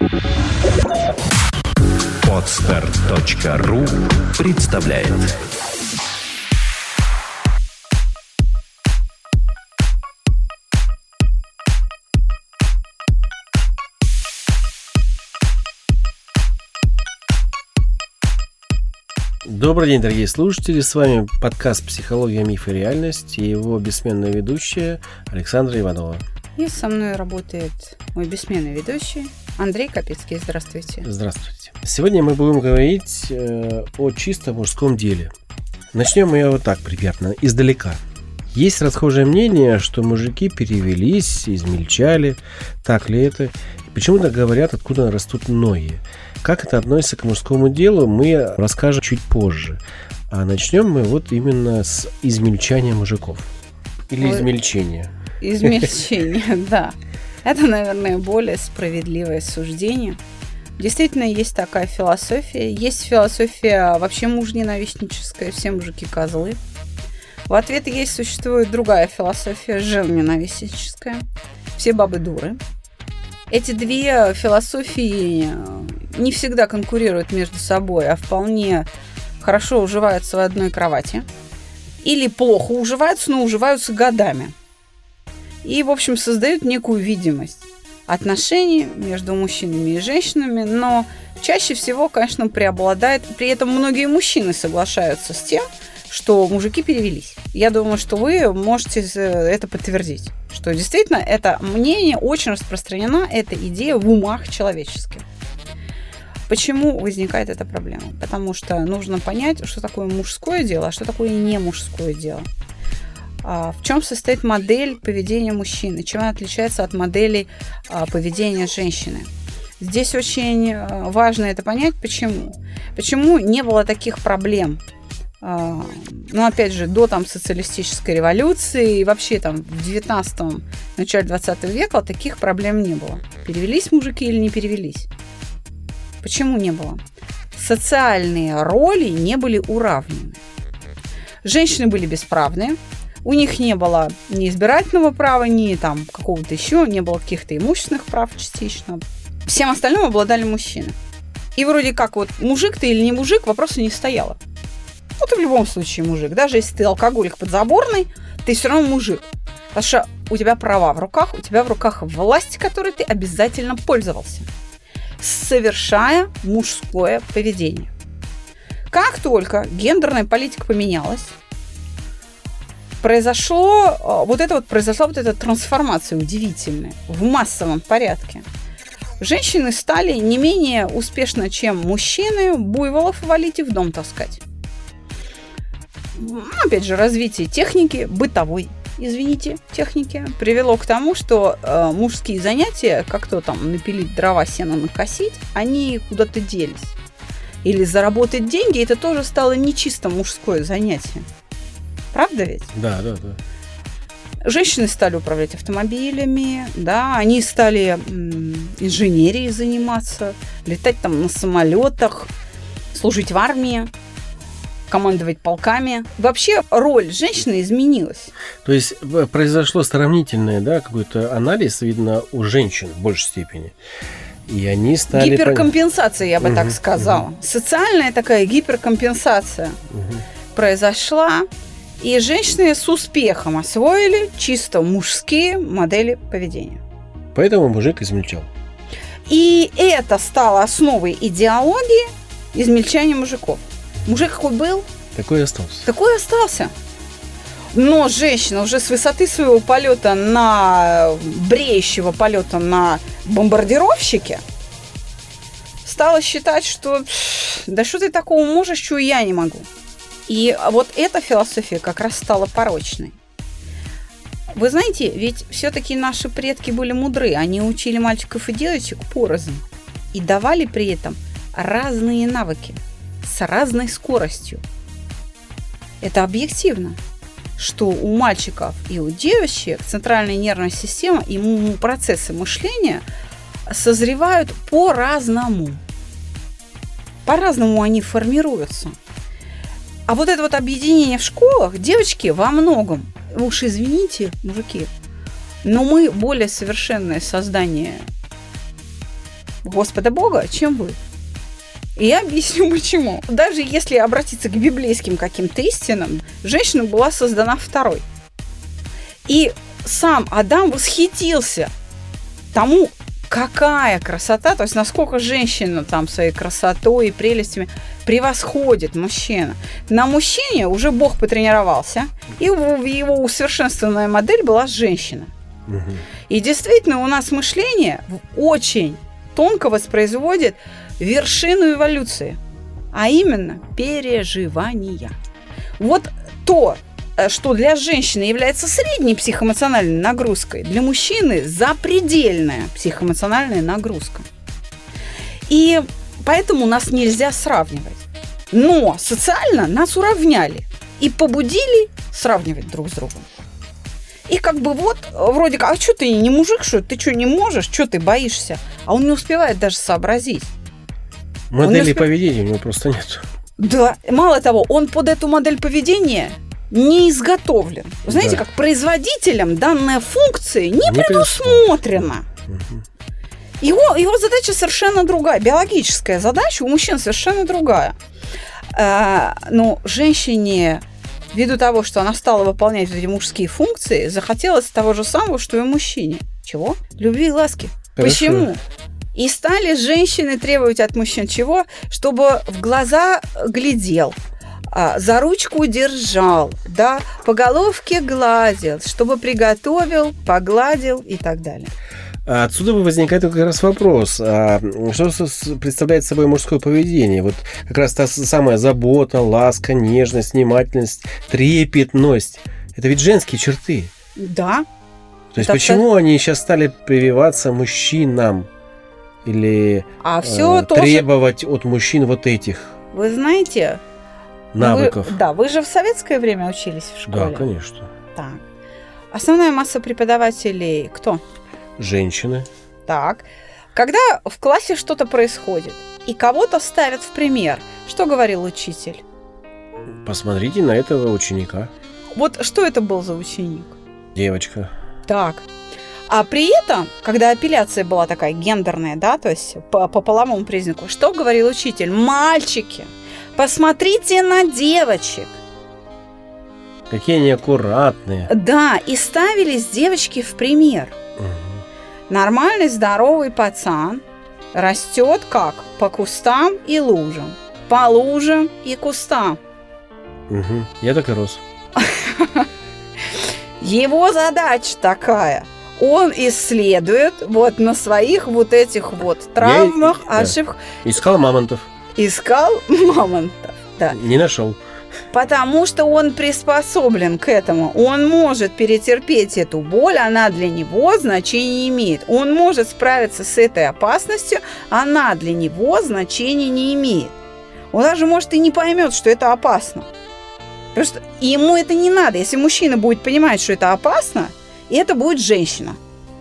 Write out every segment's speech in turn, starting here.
Podster.ru представляет. Добрый день, дорогие слушатели, с вами подкаст «Психология, миф и реальность» и его бессменная ведущая Александра Иванова. И со мной работает мой бессменный ведущий Андрей Капецкий. Здравствуйте. Здравствуйте. Сегодня мы будем говорить о чисто мужском деле. Начнем мы вот так примерно, издалека. Есть расхожее мнение, что мужики перевелись, измельчали. Так ли это? Почему-то говорят, откуда растут ноги. Как это относится к мужскому делу, мы расскажем чуть позже. А начнем мы вот именно с измельчания мужиков. Или измельчения. Измельчение, да. Это, наверное, более справедливое суждение. Действительно, есть такая философия. Есть философия вообще мужненавистническая, все мужики козлы. В ответ существует другая философия, женоненавистническая. Все бабы дуры. Эти две философии не всегда конкурируют между собой, а вполне хорошо уживаются в одной кровати. Или плохо уживаются, но уживаются годами. И, в общем, создают некую видимость отношений между мужчинами и женщинами, но чаще всего, конечно, преобладает. При этом многие мужчины соглашаются с тем, что мужики перевелись. Я думаю, что вы можете это подтвердить, что действительно это мнение очень распространено, эта идея в умах человеческих. Почему возникает эта проблема? Потому что нужно понять, что такое мужское дело, а что такое не мужское дело. В чем состоит модель поведения мужчины, чем она отличается от модели поведения женщины. Здесь очень важно это понять, почему. Почему не было таких проблем. Опять же, до социалистической революции и вообще в 19-м, начале 20 века таких проблем не было. Перевелись мужики или не перевелись? Почему не было? Социальные роли не были уравнены. Женщины были бесправные, у них не было ни избирательного права, ни какого-то еще, не было каких-то имущественных прав частично. Всем остальным обладали мужчины. И вроде как мужик ты или не мужик, вопроса не стояло. Ты в любом случае мужик. Даже если ты алкоголик подзаборный, ты все равно мужик. Потому что у тебя права в руках, у тебя в руках власть, которой ты обязательно пользовался, совершая мужское поведение. Как только гендерная политика поменялась, произошла эта трансформация удивительная в массовом порядке. Женщины стали не менее успешно, чем мужчины, буйволов валить и в дом таскать. Опять же, развитие техники, бытовой, техники, привело к тому, что мужские занятия, как то напилить дрова, сено накосить, они куда-то делись. Или заработать деньги, это тоже стало не чисто мужское занятие. Правда ведь? Да. Женщины стали управлять автомобилями, да, они стали инженерией заниматься, летать на самолетах, служить в армии, командовать полками. Вообще роль женщины изменилась. То есть произошло сравнительное, какой-то анализ, видно, у женщин в большей степени. И они стали... Гиперкомпенсация, я бы так сказала. Социальная такая гиперкомпенсация произошла, и женщины с успехом освоили чисто мужские модели поведения. Поэтому мужик измельчал. И это стало основой идеологии измельчания мужиков. Мужик какой был? Такой и остался. Такой и остался. Но женщина уже с высоты своего полета бреющего полета на бомбардировщике стала считать, что да что ты такого можешь, что я не могу. И вот эта философия как раз стала порочной. Вы знаете, ведь все-таки наши предки были мудры. Они учили мальчиков и девочек порознь. И давали при этом разные навыки с разной скоростью. Это объективно, что у мальчиков и у девочек центральная нервная система и процессы мышления созревают по-разному. По-разному они формируются. А вот это вот объединение в школах, девочки во многом, вы уж извините, мужики, но мы более совершенное создание Господа Бога, чем вы. И я объясню, почему. Даже если обратиться к библейским каким-то истинам, женщина была создана второй. И сам Адам восхитился тому, какая красота, то есть насколько женщина там своей красотой и прелестями превосходит мужчину. На мужчине уже Бог потренировался, и его усовершенствованная модель была женщина. И действительно у нас мышление очень тонко воспроизводит вершину эволюции, а именно переживания. Вот то, что для женщины является средней психоэмоциональной нагрузкой, для мужчины запредельная психоэмоциональная нагрузка. И поэтому нас нельзя сравнивать. Но социально нас уравняли и побудили сравнивать друг с другом. И как бы вот, вроде как, а что ты не мужик, что ты что не можешь, что ты боишься? А он не успевает даже сообразить. Модели поведения у него просто нет. Да, мало того, он под эту модель поведения не изготовлен. Вы знаете, как производителям данная функция не предусмотрена. Его задача совершенно другая. Биологическая задача у мужчин совершенно другая. Но женщине, ввиду того, что она стала выполнять эти мужские функции, захотелось того же самого, что и мужчине. Чего? Любви и ласки. Хорошо. Почему? И стали женщины требовать от мужчин чего? Чтобы в глаза глядел, за ручку держал, да, по головке гладил, чтобы приготовил, погладил и так далее. Отсюда возникает как раз вопрос, что представляет собой мужское поведение? Вот как раз та самая забота, ласка, нежность, внимательность, трепетность. Это ведь женские черты. Да. То есть почему они сейчас стали прививаться мужчинам? Или требовать от мужчин вот этих Вы знаете... навыков? Вы же в советское время учились в школе. Да, конечно. Так. Основная масса преподавателей кто? Женщины. Так. Когда в классе что-то происходит, и кого-то ставят в пример, что говорил учитель? Посмотрите на этого ученика. Вот что это был за ученик? Девочка. Так. А при этом, когда апелляция была такая гендерная, да, то есть по половому признаку, что говорил учитель? Мальчики, посмотрите на девочек. Какие они аккуратные. Да, и ставились девочки в пример. Нормальный, здоровый пацан растет как? По кустам и лужам. По лужам и кустам. Я так и рос. Его задача такая. Он исследует вот на своих вот этих вот травмах, ошибках. Искал мамонтов. Да. Не нашел. Потому что он приспособлен к этому. Он может перетерпеть эту боль, она для него значения не имеет. Он может справиться с этой опасностью, она для него значения не имеет. Он даже, может, и не поймет, что это опасно. Потому что ему это не надо. Если мужчина будет понимать, что это опасно, это будет женщина.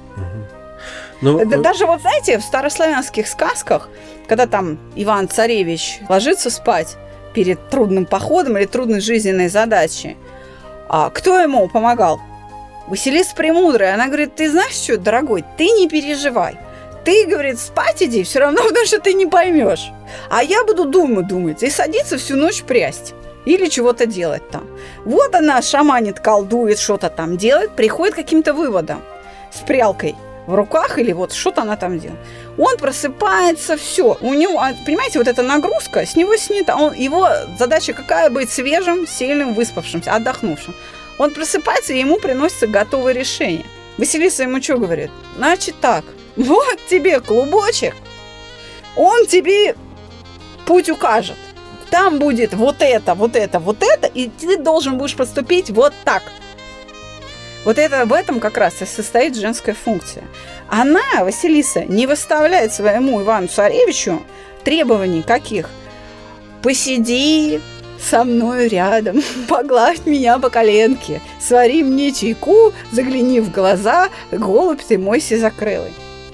Даже вот, знаете, в старославянских сказках, когда там Иван-Царевич ложится спать перед трудным походом или трудной жизненной задачей, кто ему помогал? Василиса Премудрая. Она говорит: ты знаешь что, дорогой, ты не переживай. Ты, говорит, спать иди, все равно, потому что ты не поймешь. А я буду думать и садиться всю ночь прясть. Или чего-то делать там. Вот она шаманит, колдует, что-то там делает, приходит к каким-то выводам с прялкой в руках или вот что-то она там делает. Он просыпается, все. У него, понимаете, вот эта нагрузка с него снята. Его задача какая? Быть свежим, сильным, выспавшимся, отдохнувшим. Он просыпается, и ему приносится готовое решение. Василиса ему что говорит? Значит так, вот тебе клубочек, он тебе путь укажет. Там будет вот это, и ты должен будешь поступить вот так. Вот это в этом как раз и состоит женская функция. Она, Василиса, не выставляет своему Ивану-Царевичу требований каких? Посиди со мной рядом, погладь меня по коленке, свари мне чайку, загляни в глаза, голубь ты мой сизокрылый.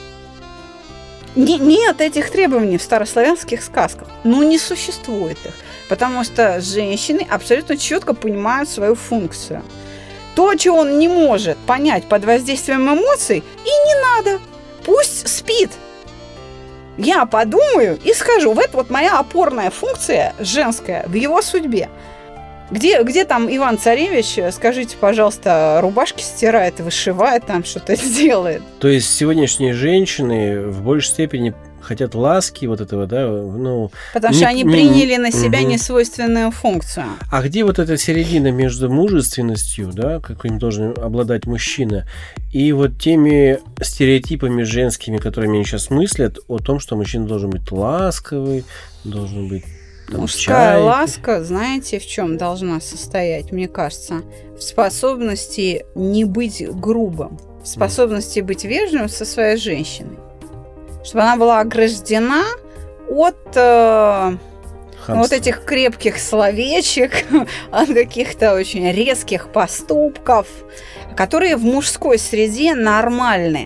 Нет этих требований в старославянских сказках. Не существует их. Потому что женщины абсолютно четко понимают свою функцию. То, чего он не может понять под воздействием эмоций, и не надо. Пусть спит. Я подумаю и скажу. Вот это вот моя опорная функция женская в его судьбе. Где там Иван-Царевич, скажите, пожалуйста, рубашки стирает, вышивает, там что-то делает? То есть сегодняшние женщины в большей степени хотят ласки вот этого, да? Ну, потому что они приняли на себя несвойственную функцию. А где вот эта середина между мужественностью, да, каким должен обладать мужчина, и вот теми стереотипами женскими, которыми они сейчас мыслят, о том, что мужчина должен быть ласковый, должен быть... Мужская ласка, знаете, в чем должна состоять, мне кажется? В способности не быть грубым, в способности быть вежливым со своей женщиной. Чтобы она была ограждена от вот этих крепких словечек, от каких-то очень резких поступков, которые в мужской среде нормальны.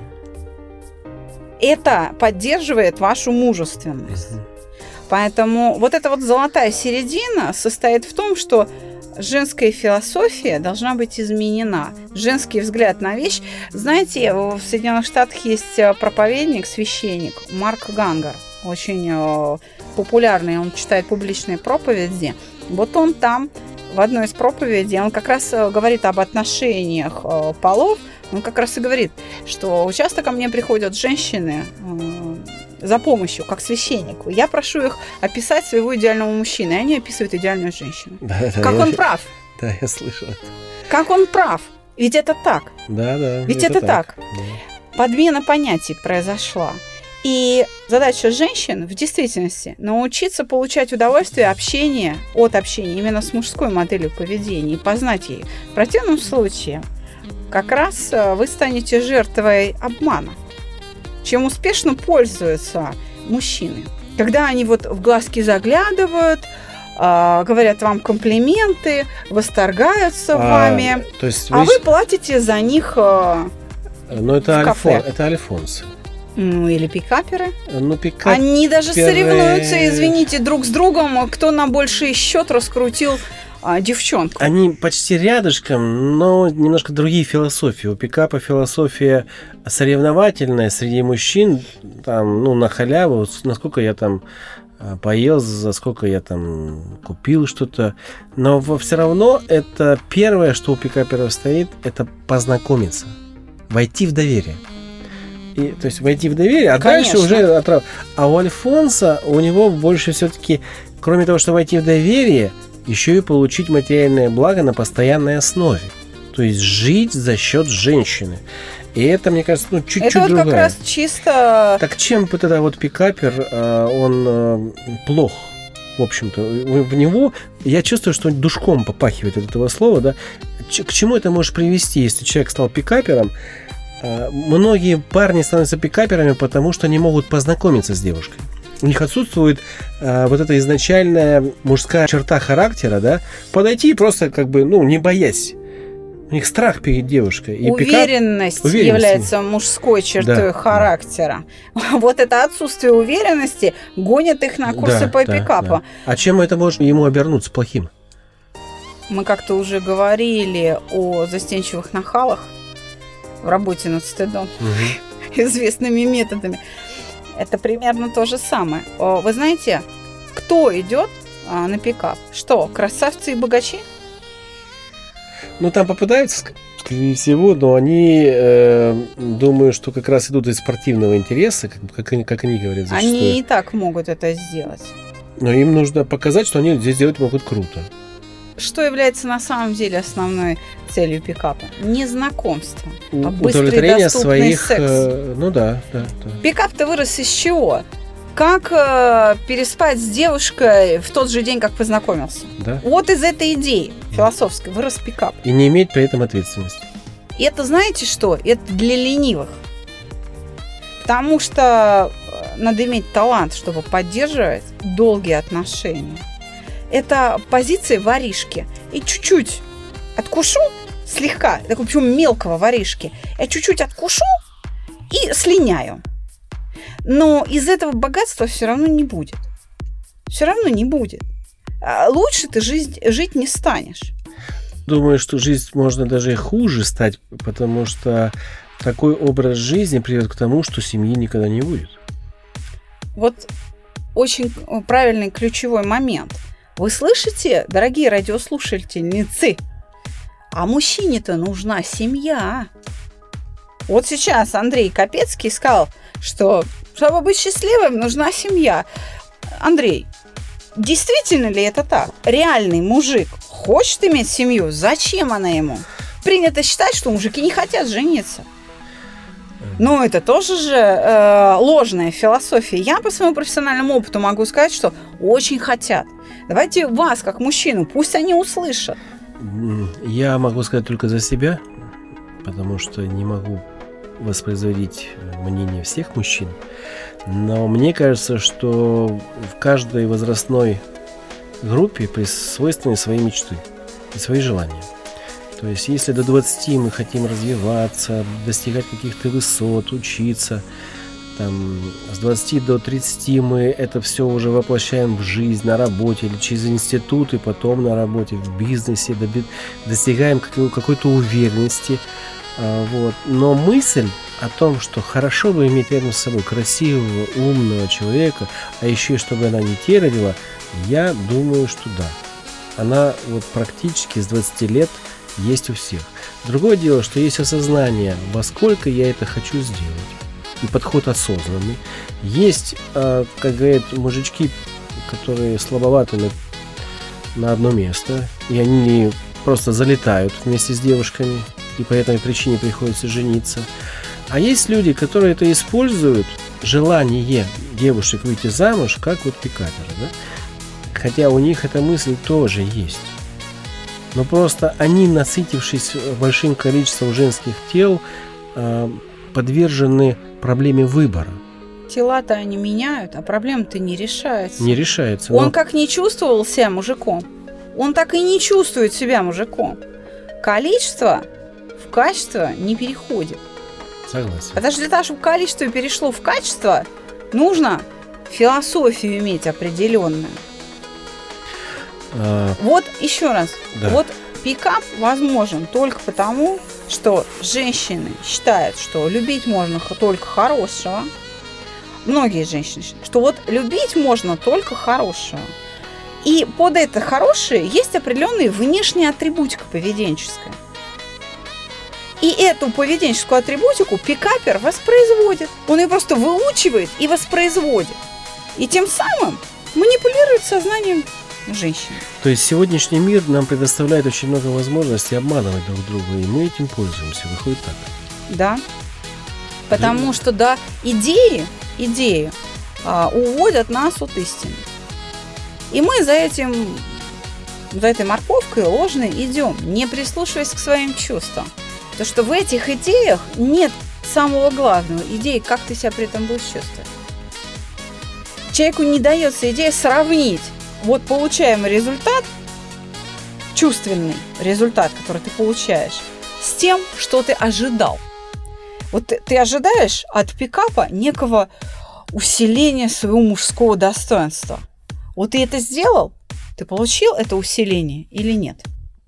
Это поддерживает вашу мужественность. Поэтому вот эта вот золотая середина состоит в том, что женская философия должна быть изменена. Женский взгляд на вещь. Знаете, в Соединенных Штатах есть проповедник, священник Марк Гангар. Очень популярный, он читает публичные проповеди. Вот он там, в одной из проповедей, он как раз говорит об отношениях полов. Он как раз и говорит, что часто ко мне приходят женщины за помощью, как священнику. Я прошу их описать своего идеального мужчину, и они описывают идеальную женщину. Как он прав. Да, я слышал это. Как он прав. Ведь это так. Да. Ведь это так. Да. Подмена понятий произошла. И задача женщин в действительности научиться получать удовольствие от общения именно с мужской моделью поведения и познать ее. В противном случае как раз вы станете жертвой обмана, чем успешно пользуются мужчины. Когда они вот в глазки заглядывают, говорят вам комплименты, восторгаются вами, то есть вы платите за них это альфонсы. Ну, или пикаперы. Пикаперы. Они даже соревнуются, извините, друг с другом, кто на больший счет раскрутил девчонку. Они почти рядышком, но немножко другие философии. У пикапа философия соревновательная среди мужчин, там, на халяву, насколько я там поел, за сколько я там купил что-то. Но все равно это первое, что у пикаперов стоит, это познакомиться, войти в доверие. То есть войти в доверие, а Конечно. Дальше уже отрав. А у Альфонса, у него больше все-таки, кроме того, что войти в доверие, еще и получить материальное благо на постоянной основе. То есть жить за счет женщины. И это, мне кажется, чуть-чуть это вот другая. Как раз чисто... Так чем вот это вот пикапер, он плох, в общем-то. В него, я чувствую, что он душком попахивает от этого слова, да. К чему это может привести, если человек стал пикапером? Многие парни становятся пикаперами, потому что не могут познакомиться с девушкой. У них отсутствует вот эта изначальная мужская черта характера, да, подойти и просто не боясь. У них страх перед девушкой. И уверенность является мужской чертой характера. Вот это отсутствие уверенности гонит их на курсы по пикапу. Да. А чем это может ему обернуться плохим? Мы как-то уже говорили о застенчивых нахалах в работе над стыдом, известными методами. Это примерно то же самое. Вы знаете, кто идет на пикап? Что, красавцы и богачи? Там попадаются, скорее всего, но они думаю, что как раз идут из спортивного интереса, как они говорят зачастую. Они и так могут это сделать. Но им нужно показать, что они здесь делать могут круто. Что является на самом деле основной целью пикапа? Не знакомство, а быстрый доступный секс. Да. Пикап-то вырос из чего? Как переспать с девушкой в тот же день, как познакомился? Да. Вот из этой идеи философской вырос пикап. И не иметь при этом ответственности. И это, знаете что? Это для ленивых. Потому что надо иметь талант, чтобы поддерживать долгие отношения. Это позиция воришки. И чуть-чуть откушу, слегка, такого причем мелкого воришки, я чуть-чуть откушу и слиняю. Но из этого богатства все равно не будет. Все равно не будет. Лучше ты жить не станешь. Думаю, что жизнь можно даже и хуже стать, потому что такой образ жизни приведет к тому, что семьи никогда не будет. вот очень правильный ключевой момент. Вы слышите, дорогие радиослушательницы? А мужчине-то нужна семья. Вот сейчас Андрей Капецкий сказал, что чтобы быть счастливым, нужна семья. Андрей, действительно ли это так? Реальный мужик хочет иметь семью? Зачем она ему? Принято считать, что мужики не хотят жениться. Но это тоже же ложная философия. Я по своему профессиональному опыту могу сказать, что очень хотят. Давайте вас, как мужчину, пусть они услышат. Я могу сказать только за себя, потому что не могу воспроизводить мнение всех мужчин. Но мне кажется, что в каждой возрастной группе свойственны свои мечты и свои желания. То есть, если до 20 мы хотим развиваться, достигать каких-то высот, учиться, там, с 20 до 30 мы это все уже воплощаем в жизнь, на работе или через институты, потом на работе, в бизнесе, достигаем какой-то уверенности. Вот. Но мысль о том, что хорошо бы иметь рядом с собой красивого, умного человека, а еще и чтобы она детей родила, я думаю, что да. Она вот практически с 20 лет есть у всех. Другое дело, что есть осознание, во сколько я это хочу сделать, и подход осознанный. Есть, как говорят, мужички, которые слабоваты на одно место, и они просто залетают вместе с девушками, и по этой причине приходится жениться. А есть люди, которые это используют, желание девушек выйти замуж, как вот пикаперы, да? Хотя у них эта мысль тоже есть. Но просто они, насытившись большим количеством женских тел, подвержены проблеме выбора. Тела-то они меняют, а проблема-то не решается. Не решается. Он как не чувствовал себя мужиком, он так и не чувствует себя мужиком. Количество в качество не переходит. Согласен. Потому что для того, чтобы количество перешло в качество, нужно философию иметь определенную. Вот еще раз. Да. Вот пикап возможен только потому, что женщины считают, что любить можно только хорошего. Многие женщины считают, что вот любить можно только хорошего. И под это хорошее есть определенная внешняя атрибутика поведенческая. И эту поведенческую атрибутику пикапер воспроизводит. Он ее просто выучивает и воспроизводит. И тем самым манипулирует сознанием женщины. То есть сегодняшний мир нам предоставляет очень много возможностей обманывать друг друга, и мы этим пользуемся. Выходит так. Да. Потому что, да, идеи уводят нас от истины. И мы за этой морковкой ложной идем, не прислушиваясь к своим чувствам. Потому что в этих идеях нет самого главного. Идеи, как ты себя при этом будешь чувствовать. Человеку не дается идея сравнить вот получаемый результат, чувственный результат, который ты получаешь, с тем, что ты ожидал. Вот ты ожидаешь от пикапа некого усиления своего мужского достоинства. Вот ты это сделал? Ты получил это усиление или нет?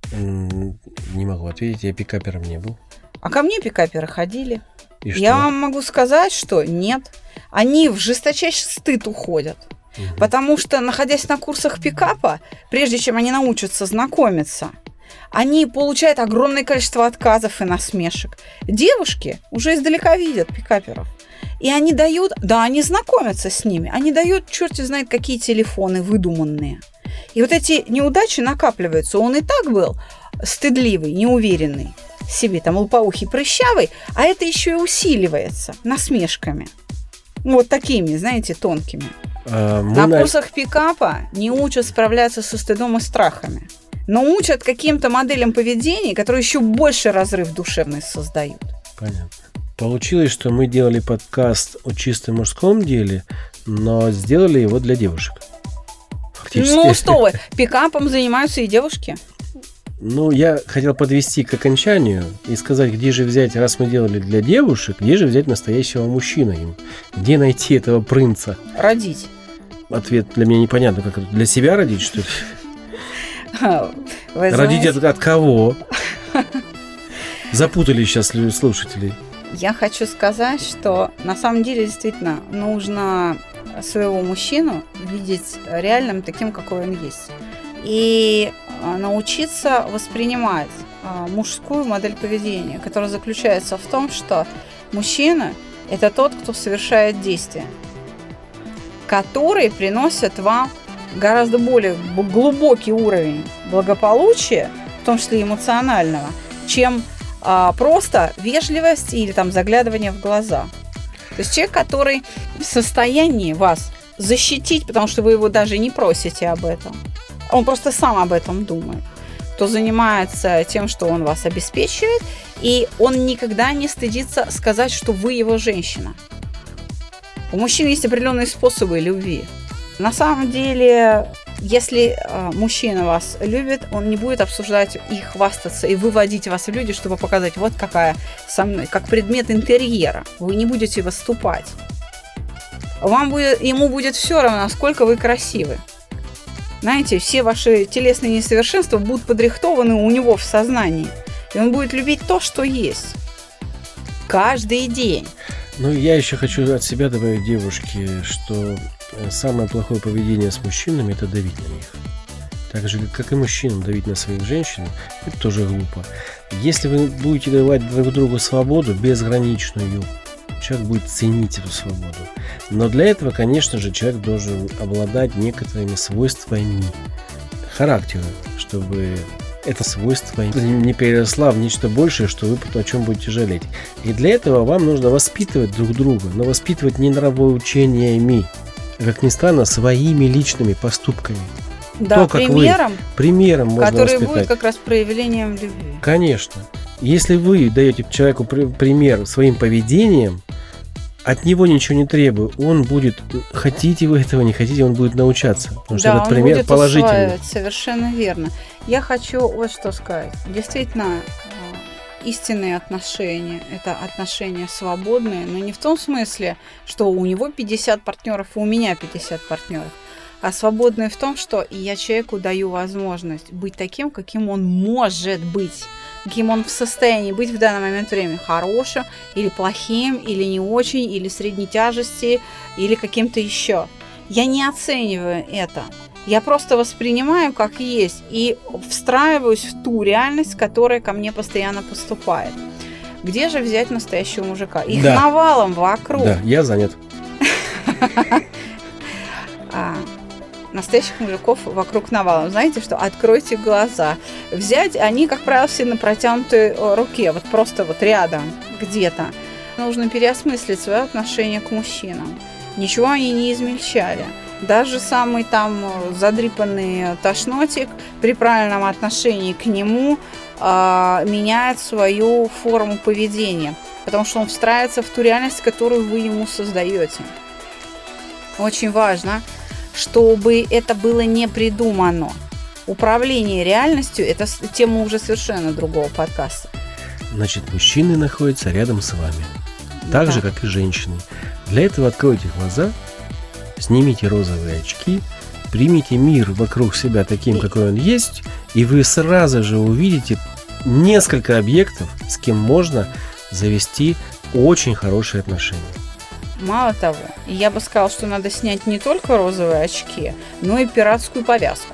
Не могу ответить, я пикапером не был. А ко мне пикаперы ходили. И что? Я вам могу сказать, что нет. Они в жесточайший стыд уходят. Потому что, находясь на курсах пикапа, прежде чем они научатся знакомиться, они получают огромное количество отказов и насмешек. Девушки уже издалека видят пикаперов. И они дают, да, они знакомятся с ними, они дают черти знает какие телефоны выдуманные. И вот эти неудачи накапливаются. Он и так был стыдливый, неуверенный в себе, там лопоухий, прыщавый, а это еще и усиливается насмешками. Вот такими, знаете, тонкими. На курсах пикапа не учат справляться со стыдом и страхами, но учат каким-то моделям поведения, которые еще больше разрыв душевный создают. Понятно. Получилось, что мы делали подкаст о чисто мужском деле, но сделали его для девушек. Фактически. Ну что вы, пикапом занимаются и девушки. Ну, я хотел подвести к окончанию и сказать, где же взять, раз мы делали для девушек, где же взять настоящего мужчину им? Где найти этого принца? Родить. Ответ для меня непонятно, как это, для себя родить, что ли? Родить от кого? Запутали сейчас слушателей. Я хочу сказать, что на самом деле действительно нужно своего мужчину видеть реальным таким, какой он есть. И научиться воспринимать мужскую модель поведения, которая заключается в том, что мужчина – это тот, кто совершает действия, которые приносят вам гораздо более глубокий уровень благополучия, в том числе эмоционального, чем просто вежливость или там заглядывание в глаза. То есть человек, который в состоянии вас защитить, потому что вы его даже не просите об этом, он просто сам об этом думает, кто занимается тем, что он вас обеспечивает, и он никогда не стыдится сказать, что вы его женщина. У мужчин есть определенные способы любви. На самом деле, если мужчина вас любит, он не будет обсуждать и хвастаться, и выводить вас в люди, чтобы показать, вот какая со мной, как предмет интерьера. Вы не будете выступать. Ему будет все равно, насколько вы красивы. Знаете, все ваши телесные несовершенства будут подрихтованы у него в сознании. И он будет любить то, что есть. Каждый день. Ну, я еще хочу от себя добавить, девушки, что самое плохое поведение с мужчинами – это давить на них. Так же, как и мужчинам давить на своих женщин, это тоже глупо. Если вы будете давать друг другу свободу безграничную, человек будет ценить эту свободу. Но для этого, конечно же, человек должен обладать некоторыми свойствами характера, чтобы это свойство не переросла в нечто большее, что вы потом о чем будете жалеть. И для этого вам нужно воспитывать друг друга, но воспитывать не нравоучениями, а, как ни странно, своими личными поступками. Да, то, примером можно который воспитать. Будет как раз проявлением любви. Конечно. Если вы даете человеку пример своим поведением, от него ничего не требуя, он будет, хотите вы этого, не хотите, он будет научаться. Потому что этот пример положительный. Совершенно верно. Я хочу вот что сказать. Действительно, истинные отношения – это отношения свободные, но не в том смысле, что у него 50 партнеров, и у меня 50 партнеров, а свободные в том, что я человеку даю возможность быть таким, каким он может быть, каким он в состоянии быть в данный момент времени, хорошим или плохим, или не очень, или средней тяжести, или каким-то еще. Я не оцениваю это. Я просто воспринимаю как есть и встраиваюсь в ту реальность, которая ко мне постоянно поступает. Где же взять настоящего мужика? Их навалом вокруг. Да, я занят. Настоящих мужиков вокруг навалом. Знаете что? Откройте глаза. Взять, они, как правило, все на протянутой руке, вот просто вот рядом, где-то. Нужно переосмыслить свое отношение к мужчинам. Ничего они не измельчали. Даже самый там задрипанный тошнотик при правильном отношении к нему меняет свою форму поведения, потому что он встраивается в ту реальность, которую вы ему создаете. Очень важно, чтобы это было не придумано. Управление реальностью – это тема уже совершенно другого подкаста. Значит, мужчины находятся рядом с вами, так же, как и женщины. Для этого откройте глаза, снимите розовые очки, примите мир вокруг себя таким, какой он есть, и вы сразу же увидите несколько объектов, с кем можно завести очень хорошие отношения. Мало того, я бы сказала, что надо снять не только розовые очки, но и пиратскую повязку.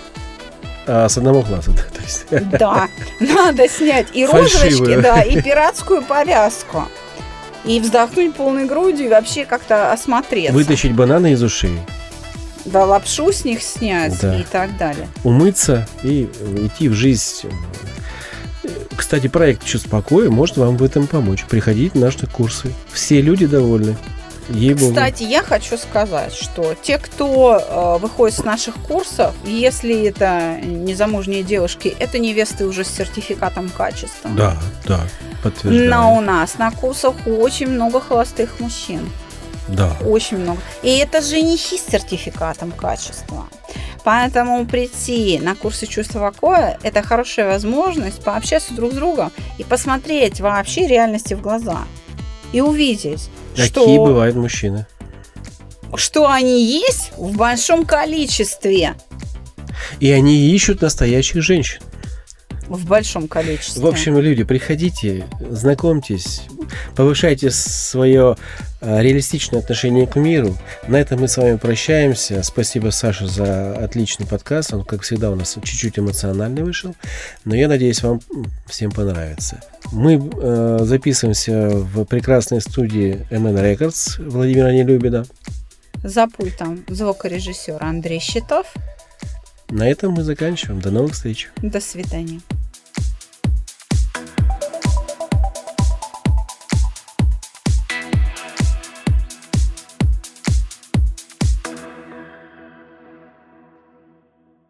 С одного глаза, да? То есть... Да, надо снять и розовые очки, да, и пиратскую повязку. И вздохнуть полной грудью и вообще как-то осмотреться. Вытащить бананы из ушей. Да, лапшу с них снять, да, и так далее. Умыться и идти в жизнь. Кстати, проект «Чувство покоя» может вам в этом помочь. Приходите на наши курсы. Все люди довольны. Ей-богу. Кстати, я хочу сказать, что те, кто выходит с наших курсов, если это незамужние девушки, это невесты уже с сертификатом качества. Да, подтверждаю. Но у нас на курсах очень много холостых мужчин. Да. Очень много. И это женихи с сертификатом качества. Поэтому прийти на курсы «Чувство покоя» – это хорошая возможность пообщаться друг с другом и посмотреть вообще реальности в глаза. И увидеть, какие бывают мужчины. Что они есть в большом количестве. И они ищут настоящих женщин. В большом количестве. В общем, люди, приходите, знакомьтесь, повышайте свое реалистичное отношение к миру. На этом мы с вами прощаемся. Спасибо, Саша, за отличный подкаст. Он, как всегда, у нас чуть-чуть эмоциональный вышел. Но я надеюсь, вам всем понравится. Мы записываемся в прекрасной студии MN Records Владимира Нелюбина. За пультом звукорежиссер Андрей Щитов. На этом мы заканчиваем. До новых встреч. До свидания.